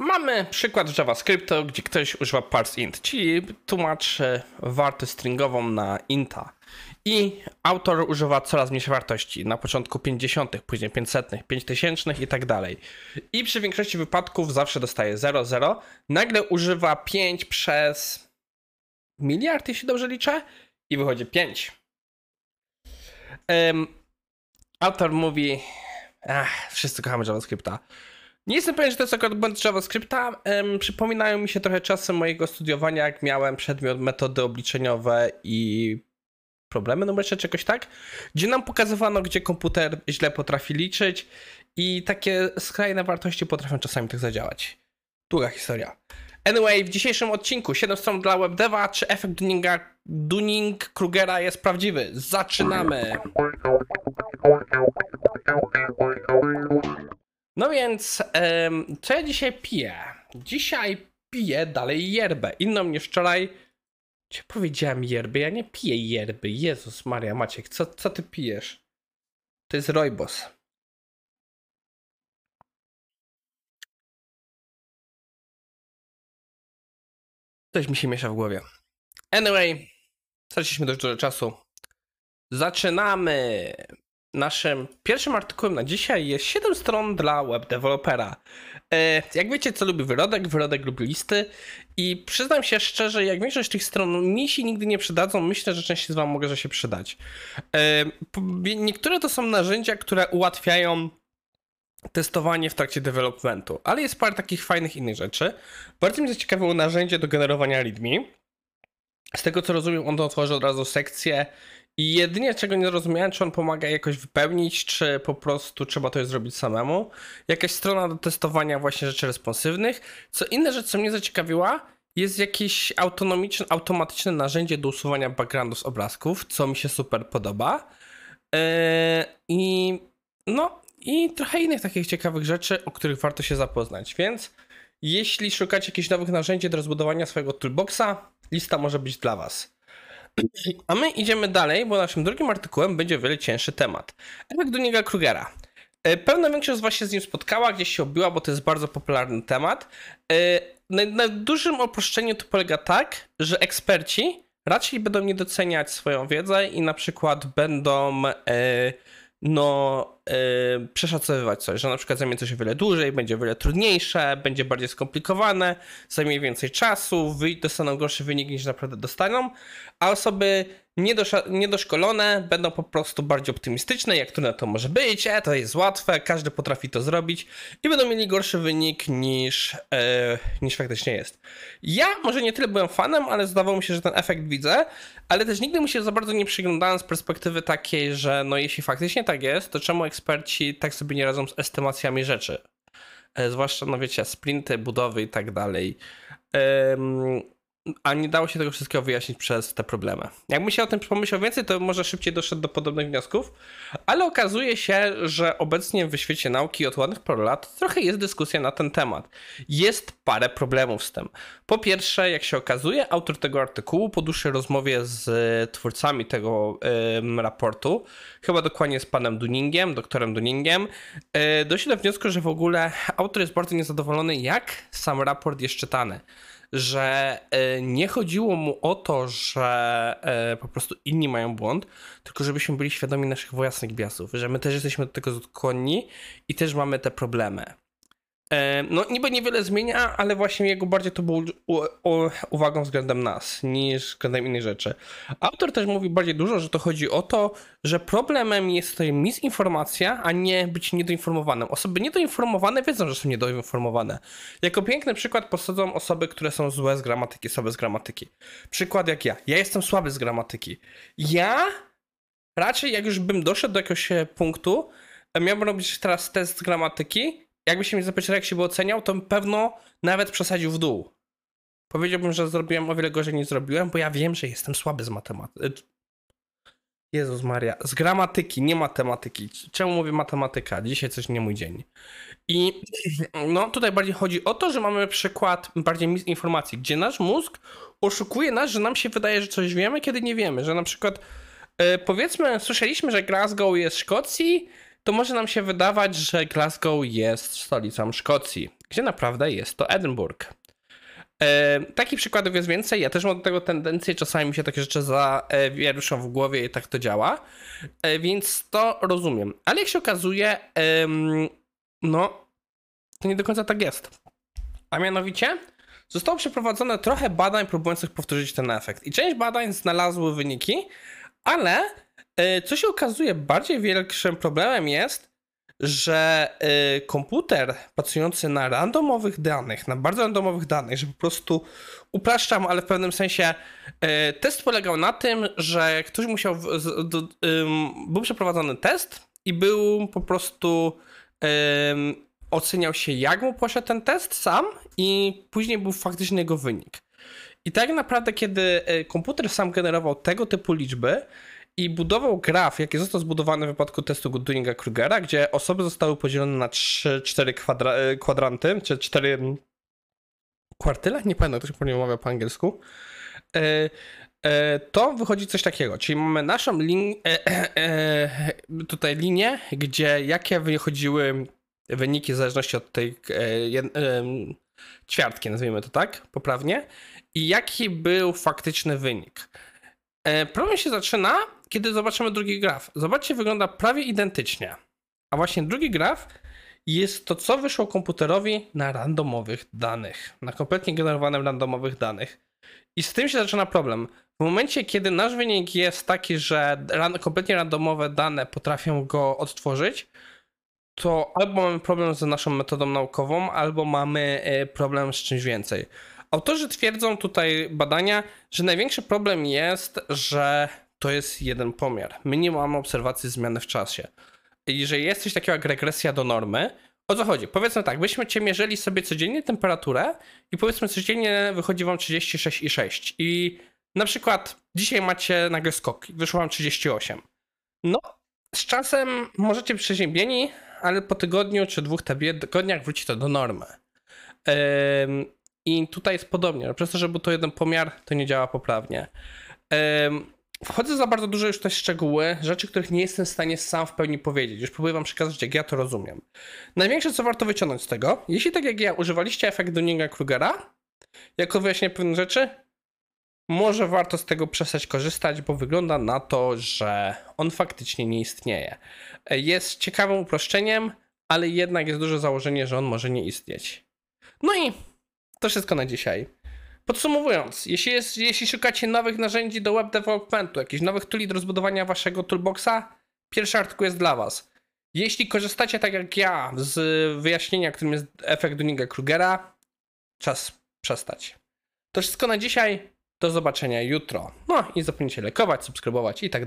Mamy przykład JavaScriptu, gdzie ktoś używa parseInt, czyli tłumaczy wartość stringową na inta. I autor używa coraz mniejszej wartości, na początku 50, później 500, 5000 i tak dalej. I przy większości wypadków zawsze dostaje 0, 0. Nagle używa 5 przez miliard, jeśli dobrze liczę, i wychodzi 5. Autor mówi, wszyscy kochamy JavaScripta. Nie jestem pewien, że to jest akurat błąd JavaScripta. Przypominają mi się trochę czasy mojego studiowania, jak miałem przedmiot metody obliczeniowe i problemy numeryczne, czy jakoś tak, gdzie nam pokazywano, gdzie komputer źle potrafi liczyć i takie skrajne wartości potrafią czasami tak zadziałać. Długa historia. Anyway, w dzisiejszym odcinku 7 stron dla webdeva, czy efekt Dunning-Krugera jest prawdziwy? Zaczynamy! No więc, co ja dzisiaj piję? Dzisiaj piję dalej yerbę. Inną niż wczoraj. Czy powiedziałem yerby? Ja nie piję yerby. Jezus Maria, Maciek, co ty pijesz? To jest rooibos. Coś mi się miesza w głowie. Anyway, straciliśmy dość dużo czasu. Zaczynamy! Naszym pierwszym artykułem na dzisiaj jest 7 stron dla webdewelopera. Jak wiecie, co lubi wyrodek lubi listy i przyznam się szczerze, jak większość tych stron mi się nigdy nie przydadzą, myślę, że część z wam może że się przydać. Niektóre to są narzędzia, które ułatwiają testowanie w trakcie developmentu, ale jest parę takich fajnych innych rzeczy. Bardzo mnie zaciekawiło narzędzie do generowania readme. Z tego co rozumiem, on to otworzy od razu sekcję i jedynie czego nie zrozumiałem, czy on pomaga jakoś wypełnić, czy po prostu trzeba to zrobić samemu. Jakaś strona do testowania właśnie rzeczy responsywnych. Co inna rzecz, co mnie zaciekawiła, jest jakieś automatyczne narzędzie do usuwania backgroundów z obrazków, co mi się super podoba. I trochę innych takich ciekawych rzeczy, o których warto się zapoznać. Więc jeśli szukacie jakichś nowych narzędzi do rozbudowania swojego toolboxa, lista może być dla was. A my idziemy dalej, bo naszym drugim artykułem będzie o wiele cięższy temat. Efekt Dunninga-Krugera. Pewna większość z was się z nim spotkała, gdzieś się obiła, bo to jest bardzo popularny temat. Na dużym uproszczeniu to polega tak, że eksperci raczej będą nie doceniać swoją wiedzę i na przykład będą przeszacowywać coś, że na przykład zajmie coś o wiele dłużej, będzie o wiele trudniejsze, będzie bardziej skomplikowane, zajmie więcej czasu, dostaną gorszy wynik niż naprawdę dostaną, a osoby niedoszkolone będą po prostu bardziej optymistyczne, jak trudne to może być, to jest łatwe, każdy potrafi to zrobić i będą mieli gorszy wynik niż faktycznie jest. Ja może nie tyle byłem fanem, ale zdawało mi się, że ten efekt widzę, ale też nigdy mu się za bardzo nie przyglądałem z perspektywy takiej, że no jeśli faktycznie tak jest, to czemu eksperci tak sobie nie radzą z estymacjami rzeczy? Zwłaszcza, no wiecie, sprinty, budowy i tak dalej. A nie dało się tego wszystkiego wyjaśnić przez te problemy. Jakbym się o tym pomyślał więcej, to może szybciej doszedł do podobnych wniosków, ale okazuje się, że obecnie w świecie nauki od ładnych paru lat trochę jest dyskusja na ten temat. Jest parę problemów z tym. Po pierwsze, jak się okazuje, autor tego artykułu po dłuższej rozmowie z twórcami tego raportu, chyba dokładnie z panem Dunningiem, doktorem Dunningiem, doszedł do wniosku, że w ogóle autor jest bardzo niezadowolony, jak sam raport jest czytany. Że nie chodziło mu o to, że po prostu inni mają błąd, tylko żebyśmy byli świadomi naszych własnych biasów, że my też jesteśmy do tego skłonni i też mamy te problemy. No niby niewiele zmienia, ale właśnie jego bardziej to było uwagą względem nas niż względem innych rzeczy. Autor też mówi bardziej dużo, że to chodzi o to, że problemem jest tutaj misinformacja, a nie być niedoinformowanym. Osoby niedoinformowane wiedzą, że są niedoinformowane. Jako piękny przykład posadzą osoby, które są złe z gramatyki, słabe z gramatyki. Przykład jak ja. Ja jestem słaby z gramatyki. Ja raczej jak już bym doszedł do jakiegoś punktu, miałbym robić teraz test z gramatyki. Jakby się mnie zapytał, jak się by oceniał, to pewno nawet przesadził w dół. Powiedziałbym, że zrobiłem o wiele gorzej niż zrobiłem, bo ja wiem, że jestem słaby z matematyki. Jezus Maria, z gramatyki, nie matematyki. Czemu mówię matematyka? Dzisiaj coś nie mój dzień. I no tutaj bardziej chodzi o to, że mamy przykład bardziej misinformacji, gdzie nasz mózg oszukuje nas, że nam się wydaje, że coś wiemy, kiedy nie wiemy. Że na przykład powiedzmy, słyszeliśmy, że Glasgow jest w Szkocji, to może nam się wydawać, że Glasgow jest stolicą Szkocji, gdzie naprawdę jest to Edynburg. Takich przykładów jest więcej, ja też mam do tego tendencję, czasami mi się takie rzeczy zawieruszą w głowie i tak to działa, więc to rozumiem. Ale jak się okazuje, no, to nie do końca tak jest. A mianowicie zostało przeprowadzone trochę badań próbujących powtórzyć ten efekt. I część badań znalazły wyniki, ale co się okazuje, bardziej większym problemem jest, że komputer pracujący na randomowych danych, na bardzo randomowych danych, że po prostu upraszczam, ale w pewnym sensie test polegał na tym, że ktoś musiał, był przeprowadzony test i był po prostu oceniał się, jak mu poszedł ten test sam i później był faktycznie jego wynik. I tak naprawdę, kiedy komputer sam generował tego typu liczby i budował graf, jaki został zbudowany w wypadku testu Dunninga-Krugera, gdzie osoby zostały podzielone na 4 kwadranty, czy 4 kwartyle? Nie pamiętam, to się pewnie mawia po angielsku. To wychodzi coś takiego, czyli mamy naszą tutaj linię, gdzie jakie wychodziły wyniki w zależności od tej ćwiartki, nazwijmy to tak, poprawnie, i jaki był faktyczny wynik. Problem się zaczyna, kiedy zobaczymy drugi graf. Zobaczcie, wygląda prawie identycznie. A właśnie drugi graf jest to, co wyszło komputerowi na randomowych danych. Na kompletnie generowanym randomowych danych. I z tym się zaczyna problem. W momencie, kiedy nasz wynik jest taki, że kompletnie randomowe dane potrafią go odtworzyć, to albo mamy problem z naszą metodą naukową, albo mamy problem z czymś więcej. Autorzy twierdzą tutaj badania, że największy problem jest, że to jest jeden pomiar. My nie mamy obserwacji zmiany w czasie. Jeżeli jest coś takiego jak regresja do normy, o co chodzi? Powiedzmy tak, byśmy cię mierzyli sobie codziennie temperaturę i powiedzmy codziennie wychodzi wam 36,6 i na przykład dzisiaj macie nagle skok, wyszło wam 38. No, z czasem możecie być przeziębieni, ale po tygodniu czy 2 tygodniach wróci to do normy. I tutaj jest podobnie. Przez to, że był to jeden pomiar, to nie działa poprawnie. Wchodzę za bardzo dużo już w szczegóły, rzeczy, których nie jestem w stanie sam w pełni powiedzieć. Już próbuję wam przekazać, jak ja to rozumiem. Największe, co warto wyciągnąć z tego, jeśli tak jak ja używaliście efekt Dunninga-Krugera jako wyjaśnienie pewnych rzeczy, może warto z tego przestać korzystać, bo wygląda na to, że on faktycznie nie istnieje. Jest ciekawym uproszczeniem, ale jednak jest duże założenie, że on może nie istnieć. No i to wszystko na dzisiaj. Podsumowując, jeśli szukacie nowych narzędzi do web developmentu, jakichś nowych tooli do rozbudowania waszego toolboxa, pierwszy artykuł jest dla was. Jeśli korzystacie tak jak ja z wyjaśnienia, którym jest efekt Dunninga-Krugera, czas przestać. To wszystko na dzisiaj. Do zobaczenia jutro. No i zapomnijcie lajkować, subskrybować i tak dalej.